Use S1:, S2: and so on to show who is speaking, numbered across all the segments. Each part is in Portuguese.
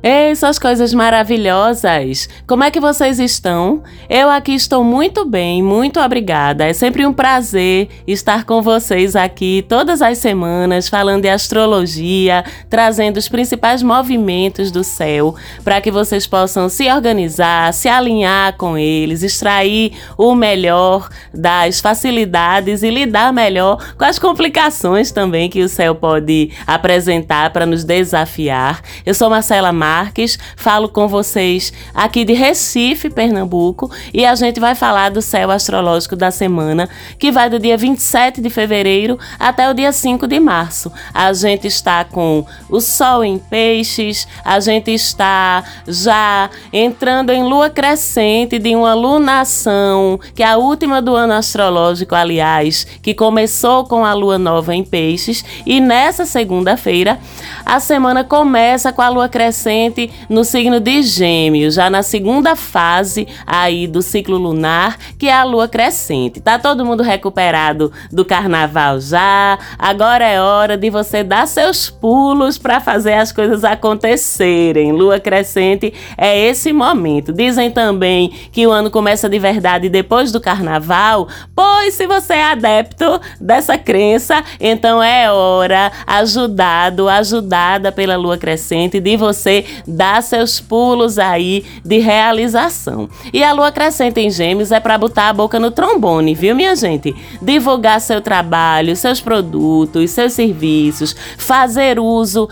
S1: Ei, suas coisas maravilhosas! Como é que vocês estão? Eu aqui estou muito bem, muito obrigada. É sempre um prazer estar com vocês aqui todas as semanas, falando de astrologia, trazendo os principais movimentos do céu, para que vocês possam se organizar, se alinhar com eles, extrair o melhor das facilidades e lidar melhor com as complicações também que o céu pode apresentar para nos desafiar. Eu sou Marcela Marques, falo com vocês aqui de Recife, Pernambuco, e a gente vai falar do céu astrológico da semana, que vai do dia 27 de fevereiro até o dia 5 de março. A gente está com o Sol em Peixes, a gente está já entrando em lua crescente de uma lunação, que é a última do ano astrológico, aliás, que começou com a lua nova em Peixes, e nessa segunda-feira a semana começa com a lua crescente no signo de Gêmeos, já na segunda fase aí do ciclo lunar, que é a lua crescente. Tá todo mundo recuperado do carnaval já? Agora é hora de você dar seus pulos para fazer as coisas acontecerem. Lua crescente é esse momento. Dizem também que o ano começa de verdade depois do carnaval, pois se você é adepto dessa crença, então é hora, ajudada pela lua crescente, de você dar seus pulos aí de realização. E a lua crescente em Gêmeos é para botar a boca no trombone, viu, minha gente? Divulgar seu trabalho, seus produtos, seus serviços, fazer uso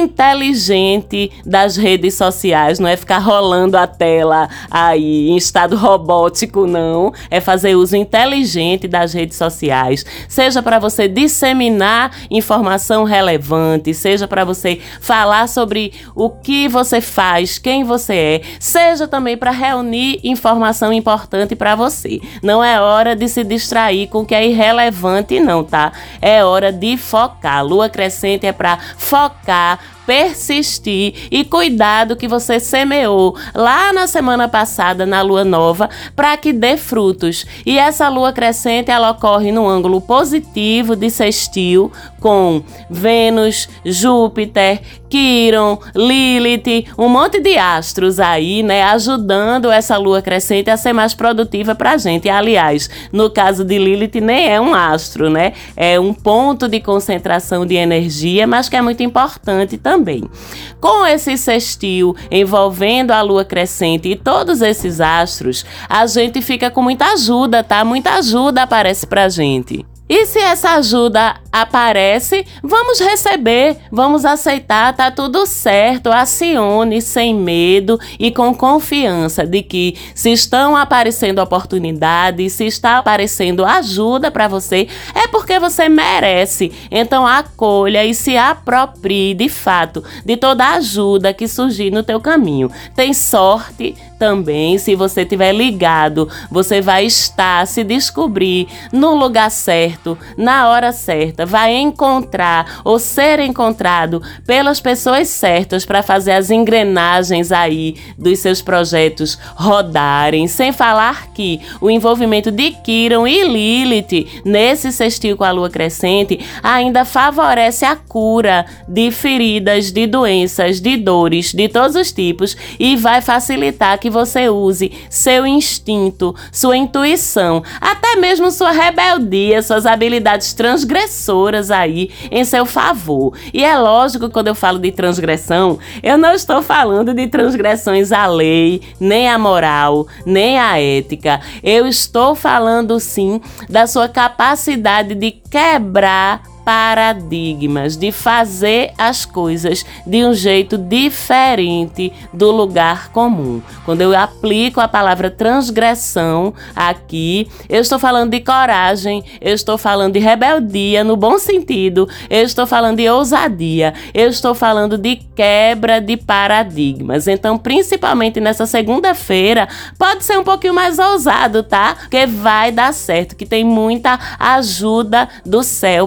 S1: inteligente das redes sociais, não é ficar rolando a tela aí em estado robótico, não. É fazer uso inteligente das redes sociais, seja para você disseminar informação relevante, seja para você falar sobre o que você faz, quem você é, seja também para reunir informação importante para você. Não é hora de se distrair com o que é irrelevante, não, tá? É hora de focar. Lua crescente é para focar, persistir e cuidar do que você semeou lá na semana passada, na lua nova, para que dê frutos. E essa lua crescente, ela ocorre no ângulo positivo de sextil com Vênus, Júpiter, Quiron, Lilith, um monte de astros aí, né, ajudando essa lua crescente a ser mais produtiva pra gente. E, aliás, no caso de Lilith, nem é um astro, né? É um ponto de concentração de energia, mas que é muito importante também. Com esse sextil envolvendo a lua crescente e todos esses astros, a gente fica com muita ajuda, tá? Muita ajuda aparece pra gente. E se essa ajuda aparece, vamos receber, vamos aceitar, tá tudo certo. Acione sem medo e com confiança de que se estão aparecendo oportunidades, se está aparecendo ajuda para você, é porque você merece. Então acolha e se aproprie de fato de toda a ajuda que surgir no teu caminho. Tem sorte também, se você estiver ligado, você vai estar, se descobrir no lugar certo, na hora certa, vai encontrar ou ser encontrado pelas pessoas certas para fazer as engrenagens aí dos seus projetos rodarem. Sem falar que o envolvimento de Quiron e Lilith nesse sextil com a lua crescente ainda favorece a cura de feridas, de doenças, de dores de todos os tipos, e vai facilitar que você use seu instinto, sua intuição, até mesmo sua rebeldia, suas habilidades transgressoras aí em seu favor. E é lógico que quando eu falo de transgressão, eu não estou falando de transgressões à lei, nem à moral, nem à ética. Eu estou falando sim da sua capacidade de quebrar paradigmas, de fazer as coisas de um jeito diferente do lugar comum. Quando eu aplico a palavra transgressão aqui, eu estou falando de coragem, eu estou falando de rebeldia no bom sentido, eu estou falando de ousadia, eu estou falando de quebra de paradigmas. Então, principalmente nessa segunda-feira, pode ser um pouquinho mais ousado, tá? Porque vai dar certo, que tem muita ajuda do céu, particularmente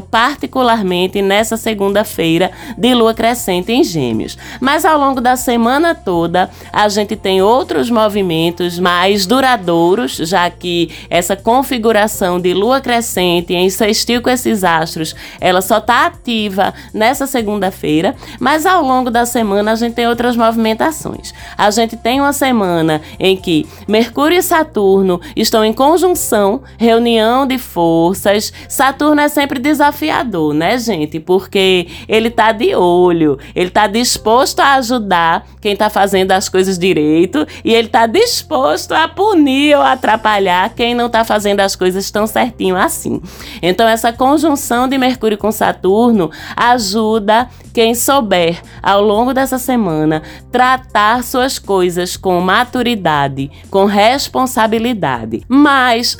S1: particularmente nessa segunda-feira de lua crescente em Gêmeos. Mas ao longo da semana toda, a gente tem outros movimentos mais duradouros, já que essa configuração de lua crescente em sextil com esses astros, ela só está ativa nessa segunda-feira, mas ao longo da semana a gente tem outras movimentações. A gente tem uma semana em que Mercúrio e Saturno estão em conjunção, reunião de forças. Saturno é sempre desafiador, né, gente? Porque ele tá de olho, ele tá disposto a ajudar quem tá fazendo as coisas direito e ele tá disposto a punir ou atrapalhar quem não tá fazendo as coisas tão certinho assim. Então essa conjunção de Mercúrio com Saturno ajuda quem souber, ao longo dessa semana, tratar suas coisas com maturidade, com responsabilidade. Mas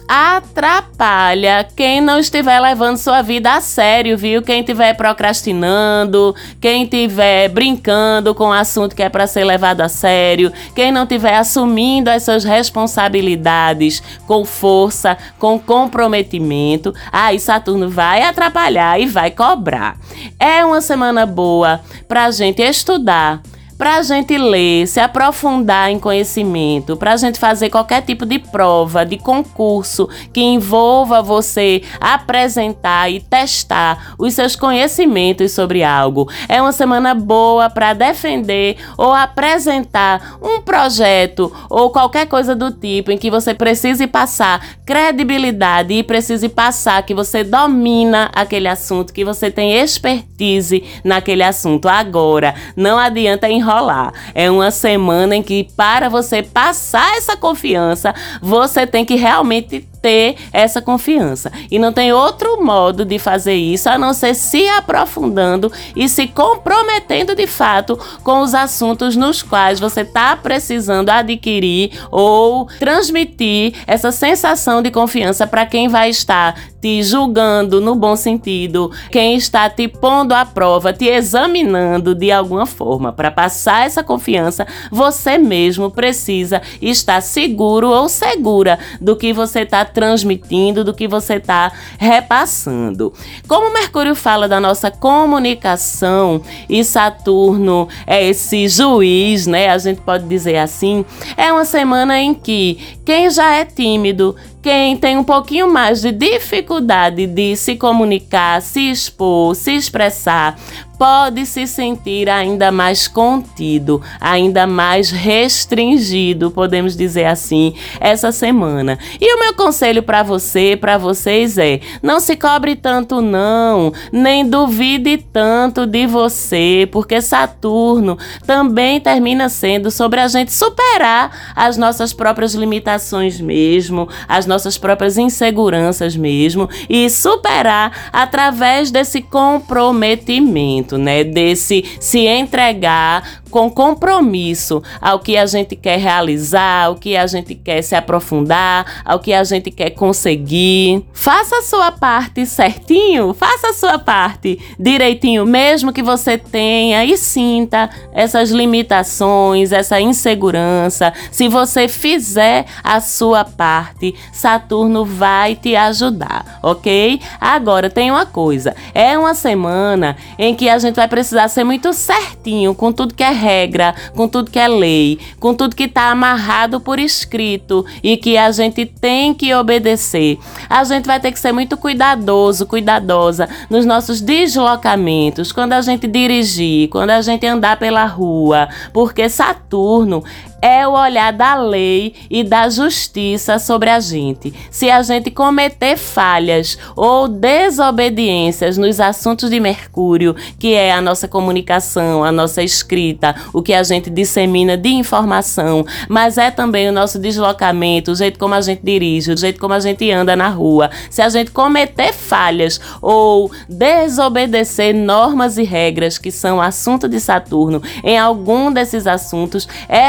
S1: atrapalha quem não estiver levando sua vida a sério, viu? Quem estiver procrastinando, quem estiver brincando com o assunto que é para ser levado a sério, quem não estiver assumindo as suas responsabilidades com força, com comprometimento, aí Saturno vai atrapalhar e vai cobrar. É uma semana boa para a gente estudar, para a gente ler, se aprofundar em conhecimento, para a gente fazer qualquer tipo de prova, de concurso que envolva você apresentar e testar os seus conhecimentos sobre algo. É uma semana boa para defender ou apresentar um projeto ou qualquer coisa do tipo em que você precise passar credibilidade e precise passar que você domina aquele assunto, que você tem expertise naquele assunto. Agora, não adianta enrolar. É uma semana em que, para você passar essa confiança, você tem que realmente ter essa confiança. E não tem outro modo de fazer isso a não ser se aprofundando e se comprometendo de fato com os assuntos nos quais você está precisando adquirir ou transmitir essa sensação de confiança para quem vai estar te julgando no bom sentido, quem está te pondo à prova, te examinando de alguma forma. Para passar essa confiança, você mesmo precisa estar seguro ou segura do que você está transmitindo, do que você está repassando. Como Mercúrio fala da nossa comunicação e Saturno é esse juiz, né? A gente pode dizer assim. É uma semana em que quem já é tímido, quem tem um pouquinho mais de dificuldade de se comunicar, se expor, se expressar, pode se sentir ainda mais contido, ainda mais restringido, podemos dizer assim, essa semana. E o meu conselho para você, para vocês é: não se cobre tanto não, nem duvide tanto de você, porque Saturno também termina sendo sobre a gente superar as nossas próprias limitações mesmo, as nossas próprias inseguranças mesmo, e superar através desse comprometimento, né? Desse se entregar com compromisso ao que a gente quer realizar, ao que a gente quer se aprofundar, ao que a gente quer conseguir. Faça a sua parte certinho, faça a sua parte direitinho, mesmo que você tenha e sinta essas limitações, essa insegurança. Se você fizer a sua parte, Saturno vai te ajudar, ok? Agora, tem uma coisa, é uma semana em que a gente vai precisar ser muito certinho com tudo que é regra, com tudo que é lei, com tudo que está amarrado por escrito e que a gente tem que obedecer. A gente vai ter que ser muito cuidadoso, cuidadosa nos nossos deslocamentos, quando a gente dirigir, quando a gente andar pela rua, porque Saturno é o olhar da lei e da justiça sobre a gente. Se a gente cometer falhas ou desobediências nos assuntos de Mercúrio, que é a nossa comunicação, a nossa escrita, o que a gente dissemina de informação, mas é também o nosso deslocamento, o jeito como a gente dirige, o jeito como a gente anda na rua. Se a gente cometer falhas ou desobedecer normas e regras que são assunto de Saturno em algum desses assuntos, essa semana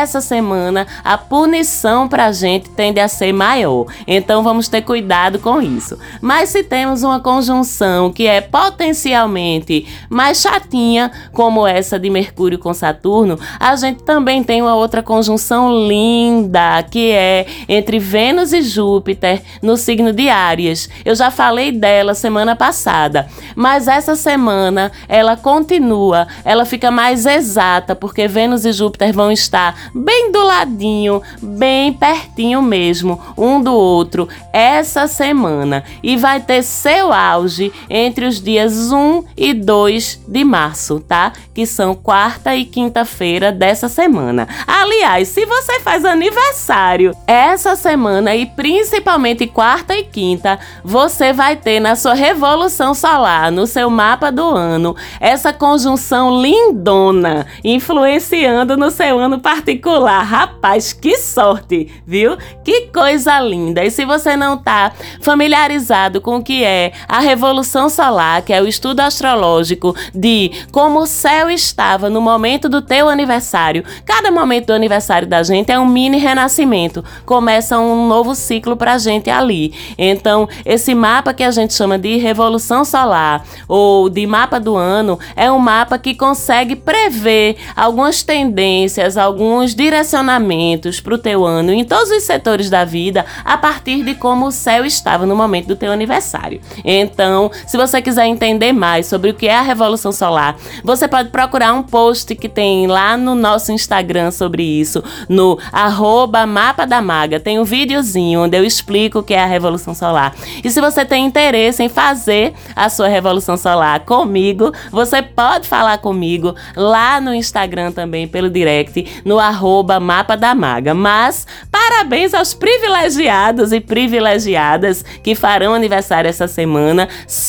S1: semana a punição pra gente tende a ser maior. Então vamos ter cuidado com isso. Mas se temos uma conjunção que é potencialmente mais chatinha, como essa de Mercúrio com Saturno, a gente também tem uma outra conjunção linda, que é entre Vênus e Júpiter no signo de Áries. Eu já falei dela semana passada, mas essa semana ela continua, ela fica mais exata, porque Vênus e Júpiter vão estar bem do ladinho, bem pertinho mesmo, um do outro, essa semana. E vai ter seu auge entre os dias 1 e 2 de março, tá? Que são quarta e quinta-feira dessa semana. Aliás, se você faz aniversário essa semana e principalmente quarta e quinta, você vai ter na sua revolução solar, no seu mapa do ano, essa conjunção lindona, influenciando no seu ano particular. Rapaz, que sorte, viu? Que coisa linda! E se você não tá familiarizado com o que é a revolução solar, que é o estudo astrológico de como o céu estava no momento do teu aniversário, cada momento do aniversário da gente é um mini renascimento, começa um novo ciclo pra gente ali. Então, esse mapa que a gente chama de revolução solar ou de mapa do ano é um mapa que consegue prever algumas tendências, alguns direcionamentos pro teu ano em todos os setores da vida a partir de como o céu estava no momento do teu aniversário. Então, se você quiser entender mais sobre o que é a revolução solar, você pode procurar um post que tem lá no nosso Instagram sobre isso, no @mapadamaga. Tem um videozinho onde eu explico o que é a revolução solar. E se você tem interesse em fazer a sua revolução solar comigo, você pode falar comigo lá no Instagram também, pelo direct, no @mapadamaga. Mas parabéns aos privilegiados e privilegiadas que farão aniversário essa semana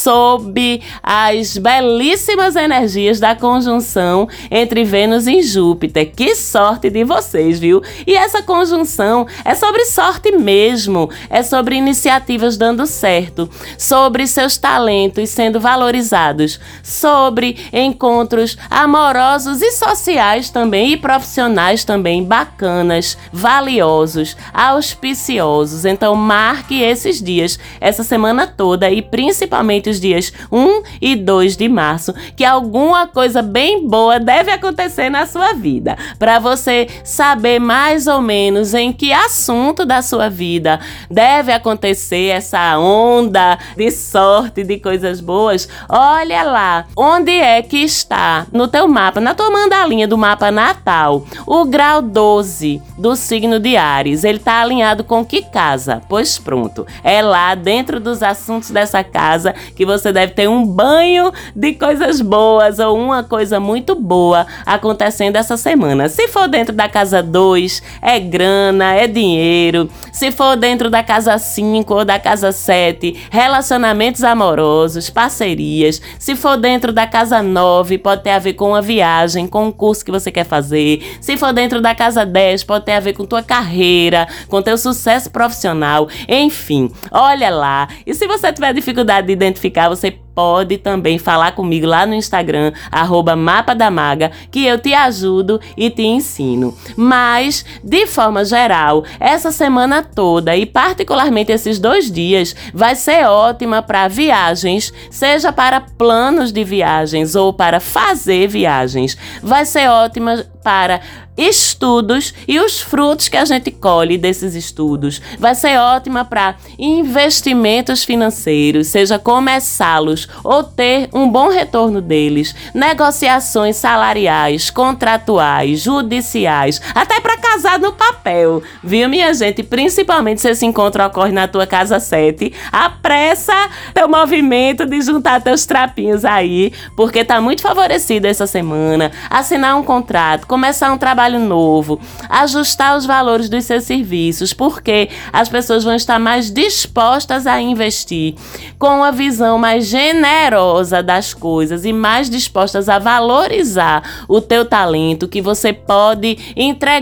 S1: sob as belíssimas energias da conjunção entre Vênus e Júpiter. Que sorte de vocês, viu? E essa conjunção é sobre sorte mesmo, é sobre iniciativas dando certo, sobre seus talentos sendo valorizados, sobre encontros amorosos e sociais também, e profissionais também bacanas, valiosos, auspiciosos. Então marque esses dias, essa semana toda e principalmente os dias 1 e 2 de março, que alguma coisa bem boa deve acontecer na sua vida. Para você saber mais ou menos em que assunto da sua vida deve acontecer essa onda de sorte, de coisas boas, olha lá onde é que está no teu mapa, na tua mandalinha do mapa natal, o grau 12 do signo de Áries. Ele está alinhado com que casa? Pois pronto, é lá dentro dos assuntos dessa casa que você deve ter um banho de coisas boas ou uma coisa muito boa acontecendo essa semana. Se for dentro da casa 2, é grana, é dinheiro. Se for dentro da casa 5 ou da casa 7, relacionamentos amorosos, parcerias. Se for dentro da casa 9, pode ter a ver com uma viagem, com um curso que você quer fazer. Se for dentro da casa 10, pode ter a ver com tua carreira, com teu sucesso profissional. Enfim, olha lá. E se você tiver dificuldade de identificar, você pode também falar comigo lá no Instagram, @mapadamaga, que eu te ajudo e te ensino. Mas, de forma geral, essa semana toda e particularmente esses 2 dias vai ser ótima para viagens, seja para planos de viagens ou para fazer viagens. Vai ser ótima para estudos e os frutos que a gente colhe desses estudos. Vai ser ótima para investimentos financeiros, seja começá-los ou ter um bom retorno deles, negociações salariais, contratuais, judiciais, até para casar no papel, viu, minha gente? Principalmente se esse encontro ocorre na tua casa 7, apressa teu movimento de juntar teus trapinhos aí, porque tá muito favorecido essa semana. Assinar um contrato, começar um trabalho novo, ajustar os valores dos seus serviços, porque as pessoas vão estar mais dispostas a investir, com uma visão mais generosa das coisas e mais dispostas a valorizar o teu talento que você pode entregar.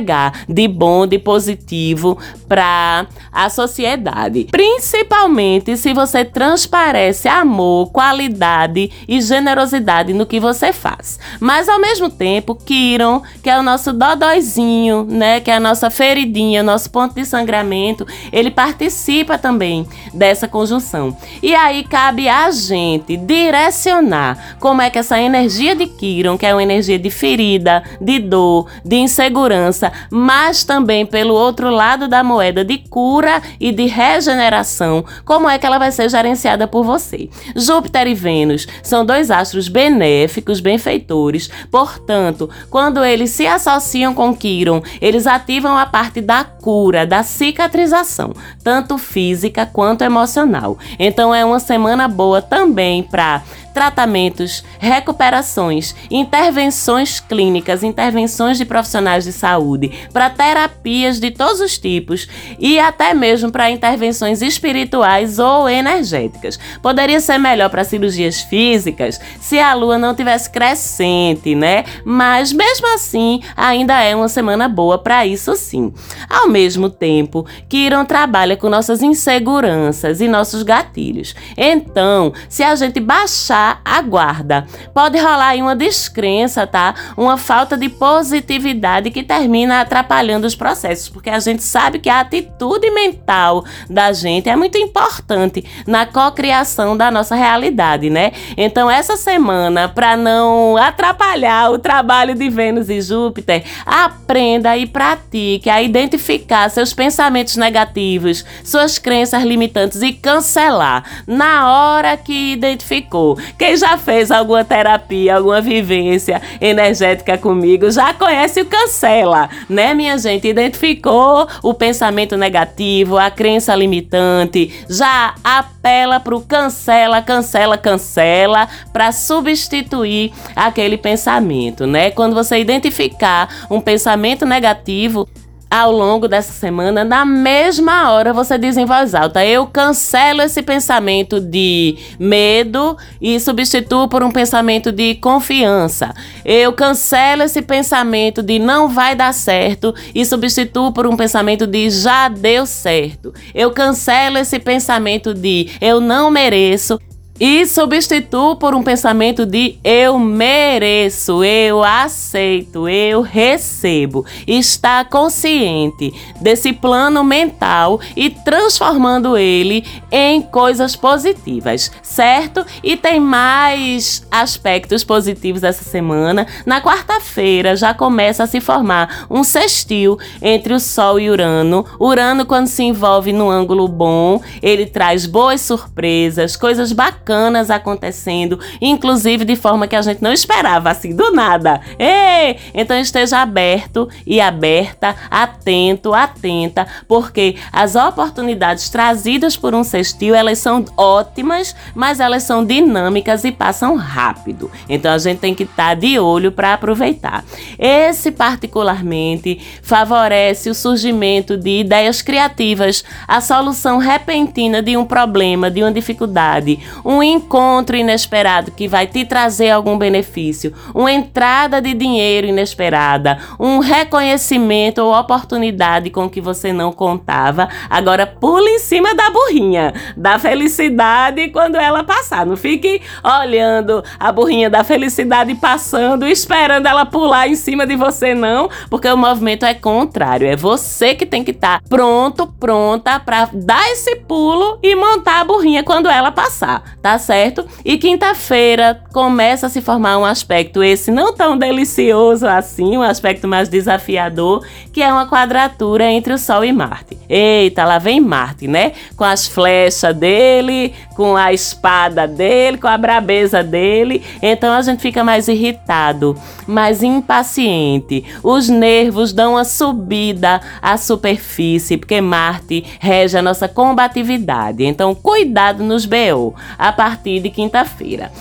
S1: de bom, de positivo para a sociedade. Principalmente se você transparece amor, qualidade e generosidade no que você faz. Mas ao mesmo tempo, Quiron, que é o nosso dodóizinho, né, que é a nossa feridinha, nosso ponto de sangramento, ele participa também dessa conjunção. E aí cabe a gente direcionar como é que essa energia de Quiron, que é uma energia de ferida, de dor, de insegurança, mas também pelo outro lado da moeda de cura e de regeneração, como é que ela vai ser gerenciada por você. Júpiter e Vênus são dois astros benéficos, benfeitores, portanto, quando eles se associam com Quiron, eles ativam a parte da cura, da cicatrização, tanto física quanto emocional. Então é uma semana boa também para tratamentos, recuperações, intervenções clínicas, intervenções de profissionais de saúde, para terapias de todos os tipos e até mesmo para intervenções espirituais ou energéticas. Poderia ser melhor para cirurgias físicas se a lua não tivesse crescente, né? Mas mesmo assim, ainda é uma semana boa para isso sim. Ao mesmo tempo, Quiron trabalha com nossas inseguranças e nossos gatilhos. Então, se a gente baixar a guarda, pode rolar aí uma descrença, tá? Uma falta de positividade que termina atrapalhando os processos, porque a gente sabe que a atitude mental da gente é muito importante na cocriação da nossa realidade, né? Então, essa semana, para não atrapalhar o trabalho de Vênus e Júpiter, aprenda e pratique a identificar seus pensamentos negativos, suas crenças limitantes e cancelar na hora que identificou. Quem já fez alguma terapia, alguma vivência energética comigo, já conhece o cancela, né, minha gente? Identificou o pensamento negativo, a crença limitante, já apela pro cancela, cancela, cancela, para substituir aquele pensamento, né? Quando você identificar um pensamento negativo, ao longo dessa semana, na mesma hora você diz em voz alta: eu cancelo esse pensamento de medo e substituo por um pensamento de confiança. Eu cancelo esse pensamento de não vai dar certo e substituo por um pensamento de já deu certo. Eu cancelo esse pensamento de eu não mereço e substituo por um pensamento de eu mereço, eu aceito, eu recebo. Está consciente desse plano mental e transformando ele em coisas positivas, certo? E tem mais aspectos positivos essa semana. Na quarta-feira já começa a se formar um sextil entre o Sol e Urano. Urano, quando se envolve num ângulo bom, ele traz boas surpresas, coisas bacanas acontecendo, inclusive de forma que a gente não esperava, assim, do nada. Ei! Então esteja aberto e aberta, atento, atenta, porque as oportunidades trazidas por um sextil, elas são ótimas, mas elas são dinâmicas e passam rápido. Então a gente tem que estar de olho para aproveitar. Esse particularmente favorece o surgimento de ideias criativas, a solução repentina de um problema, de uma dificuldade, um encontro inesperado que vai te trazer algum benefício, uma entrada de dinheiro inesperada, um reconhecimento ou oportunidade com que você não contava. Agora pula em cima da burrinha da felicidade quando ela passar. Não fique olhando a burrinha da felicidade passando, esperando ela pular em cima de você, não, porque o movimento é contrário. É você que tem que estar pronto, pronta para dar esse pulo e montar a burrinha quando ela passar, tá certo? E quinta-feira começa a se formar um aspecto esse não tão delicioso assim, um aspecto mais desafiador, que é uma quadratura entre o Sol e Marte. Eita, lá vem Marte, né? Com as flechas dele, com a espada dele, com a brabeza dele. Então a gente fica mais irritado, mais impaciente. Os nervos dão uma subida à superfície, porque Marte rege a nossa combatividade. Então cuidado nos BO a partir de quinta-feira.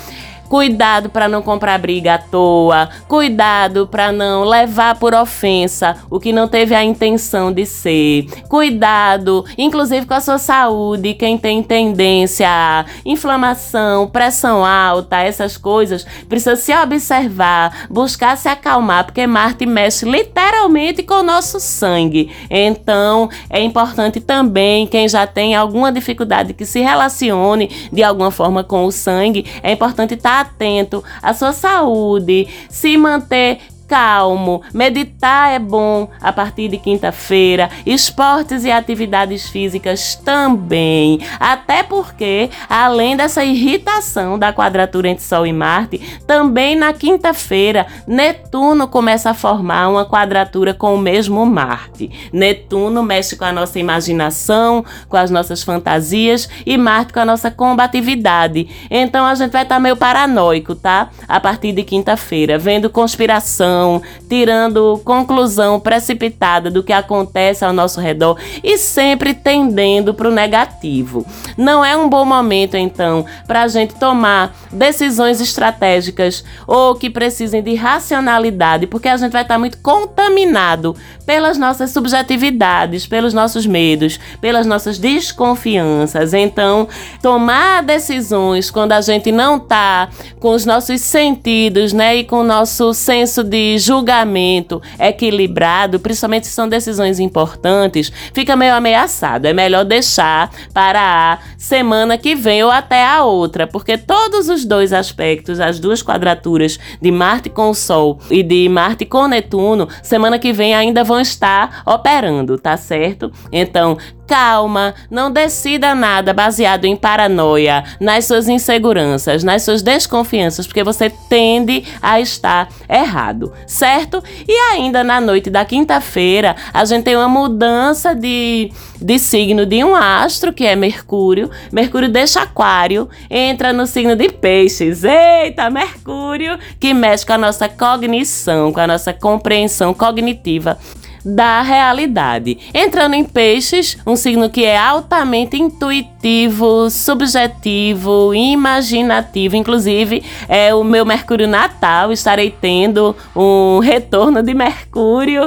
S1: Cuidado para não comprar briga à toa, cuidado para não levar por ofensa o que não teve a intenção de ser. Cuidado, inclusive com a sua saúde, quem tem tendência a inflamação, pressão alta, essas coisas, precisa se observar, buscar se acalmar, porque Marte mexe literalmente com o nosso sangue. Então, é importante também, quem já tem alguma dificuldade que se relacione de alguma forma com o sangue, é importante estar atento à sua saúde, se manter calmo, meditar é bom a partir de quinta-feira, esportes e atividades físicas também, até porque, além dessa irritação da quadratura entre Sol e Marte, também na quinta-feira, Netuno começa a formar uma quadratura com o mesmo Marte. Netuno mexe com a nossa imaginação, com as nossas fantasias, e Marte com a nossa combatividade. Então a gente vai estar meio paranoico, tá? A partir de quinta-feira, vendo conspiração, tirando conclusão precipitada do que acontece ao nosso redor e sempre tendendo para o negativo. Não é um bom momento, então, para a gente tomar decisões estratégicas ou que precisem de racionalidade, porque a gente vai estar muito contaminado pelas nossas subjetividades, pelos nossos medos, pelas nossas desconfianças. Então, tomar decisões quando a gente não está com os nossos sentidos, né, e com o nosso senso de julgamento equilibrado, principalmente se são decisões importantes, fica meio ameaçado. É melhor deixar para a semana que vem ou até a outra, porque todos os dois aspectos, as duas quadraturas de Marte com o Sol e de Marte com Netuno, semana que vem ainda vão estar operando, tá certo? Então, calma, não decida nada baseado em paranoia, nas suas inseguranças, nas suas desconfianças, porque você tende a estar errado, certo? E ainda na noite da quinta-feira, a gente tem uma mudança de signo de um astro, que é Mercúrio. Mercúrio deixa Aquário, entra no signo de Peixes. Eita, Mercúrio, que mexe com a nossa cognição, com a nossa compreensão cognitiva da realidade. Entrando em Peixes, um signo que é altamente intuitivo, subjetivo, imaginativo. Inclusive, é o meu Mercúrio natal. Estarei tendo um retorno de Mercúrio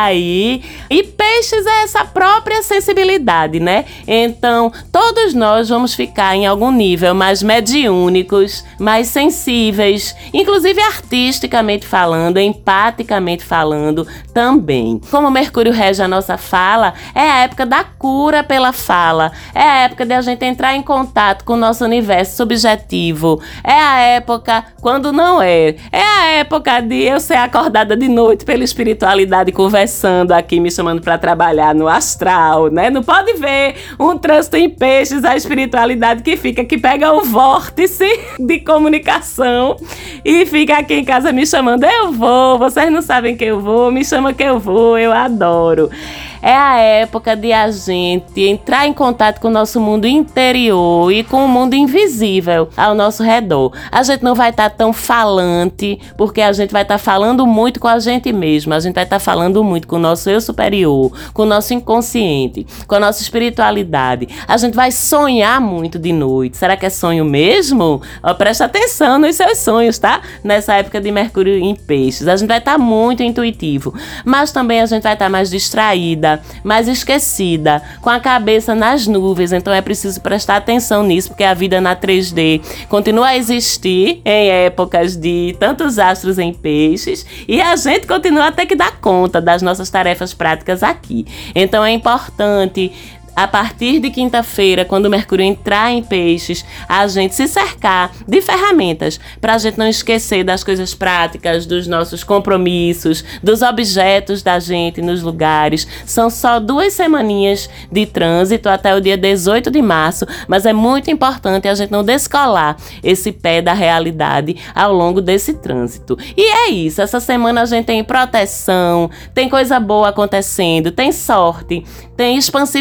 S1: aí. E Peixes é essa própria sensibilidade, né? Então, todos nós vamos ficar em algum nível mais mediúnicos, mais sensíveis, inclusive artisticamente falando, empaticamente falando também. Como Mercúrio rege a nossa fala, é a época da cura pela fala, é a época de a gente entrar em contato com o nosso universo subjetivo, é a época quando não é a época de eu ser acordada de noite pela espiritualidade conversando aqui, me chamando para trabalhar no astral, né? Não pode ver um trânsito em Peixes, a espiritualidade que pega o vórtice de comunicação e fica aqui em casa me chamando, eu vou, vocês não sabem que eu vou, me chama que eu vou, eu adoro. É a época de a gente entrar em contato com o nosso mundo interior e com o mundo invisível ao nosso redor. A gente não vai estar tão falante, porque a gente vai estar falando muito com a gente mesmo. A gente vai estar falando muito com o nosso eu superior, com o nosso inconsciente, com a nossa espiritualidade. A gente vai sonhar muito de noite. Será que é sonho mesmo? Presta atenção nos seus sonhos, tá? Nessa época de Mercúrio em Peixes. A gente vai estar muito intuitivo, mas também a gente vai estar mais distraída, mais esquecida, com a cabeça nas nuvens. Então é preciso prestar atenção nisso, porque a vida na 3D continua a existir em épocas de tantos astros em Peixes e a gente continua a ter que dar conta das nossas tarefas práticas aqui. Então é importante, a partir de quinta-feira, quando o Mercúrio entrar em Peixes, a gente se cercar de ferramentas para a gente não esquecer das coisas práticas, dos nossos compromissos, dos objetos da gente nos lugares. São só 2 semaninhas de trânsito até o dia 18 de março, mas é muito importante a gente não descolar esse pé da realidade ao longo desse trânsito. E é isso, essa semana a gente tem proteção, tem coisa boa acontecendo, tem sorte, tem expansividade,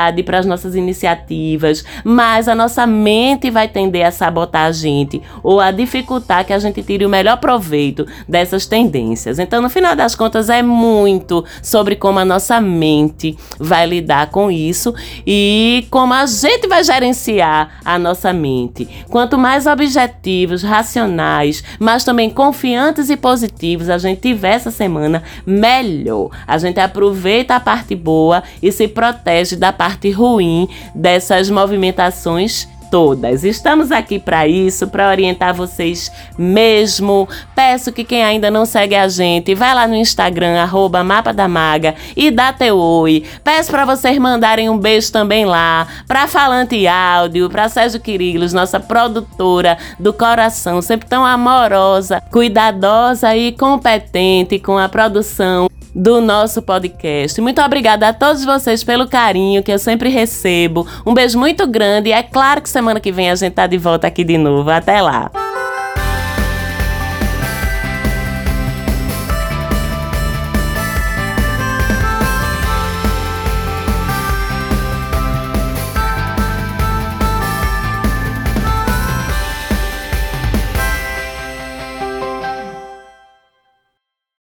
S1: vontade para as nossas iniciativas, mais a nossa mente vai tender a sabotar a gente ou a dificultar que a gente tire o melhor proveito dessas tendências. Então, no final das contas, é muito sobre como a nossa mente vai lidar com isso e como a gente vai gerenciar a nossa mente. Quanto mais objetivos, racionais, mas também confiantes e positivos a gente tiver essa semana, melhor. A gente aproveita a parte boa e se protege da parte ruim dessas movimentações todas. Estamos aqui para isso, para orientar vocês mesmo. Peço que quem ainda não segue a gente, vai lá no Instagram, @mapadamaga e dá teu oi. Peço para vocês mandarem um beijo também lá para Falante Áudio, para Sérgio Quirilos, nossa produtora do coração, sempre tão amorosa, cuidadosa e competente com a produção do nosso podcast. Muito obrigada a todos vocês pelo carinho que eu sempre recebo. Um beijo muito grande e é claro que semana que vem a gente tá de volta aqui de novo. Até lá!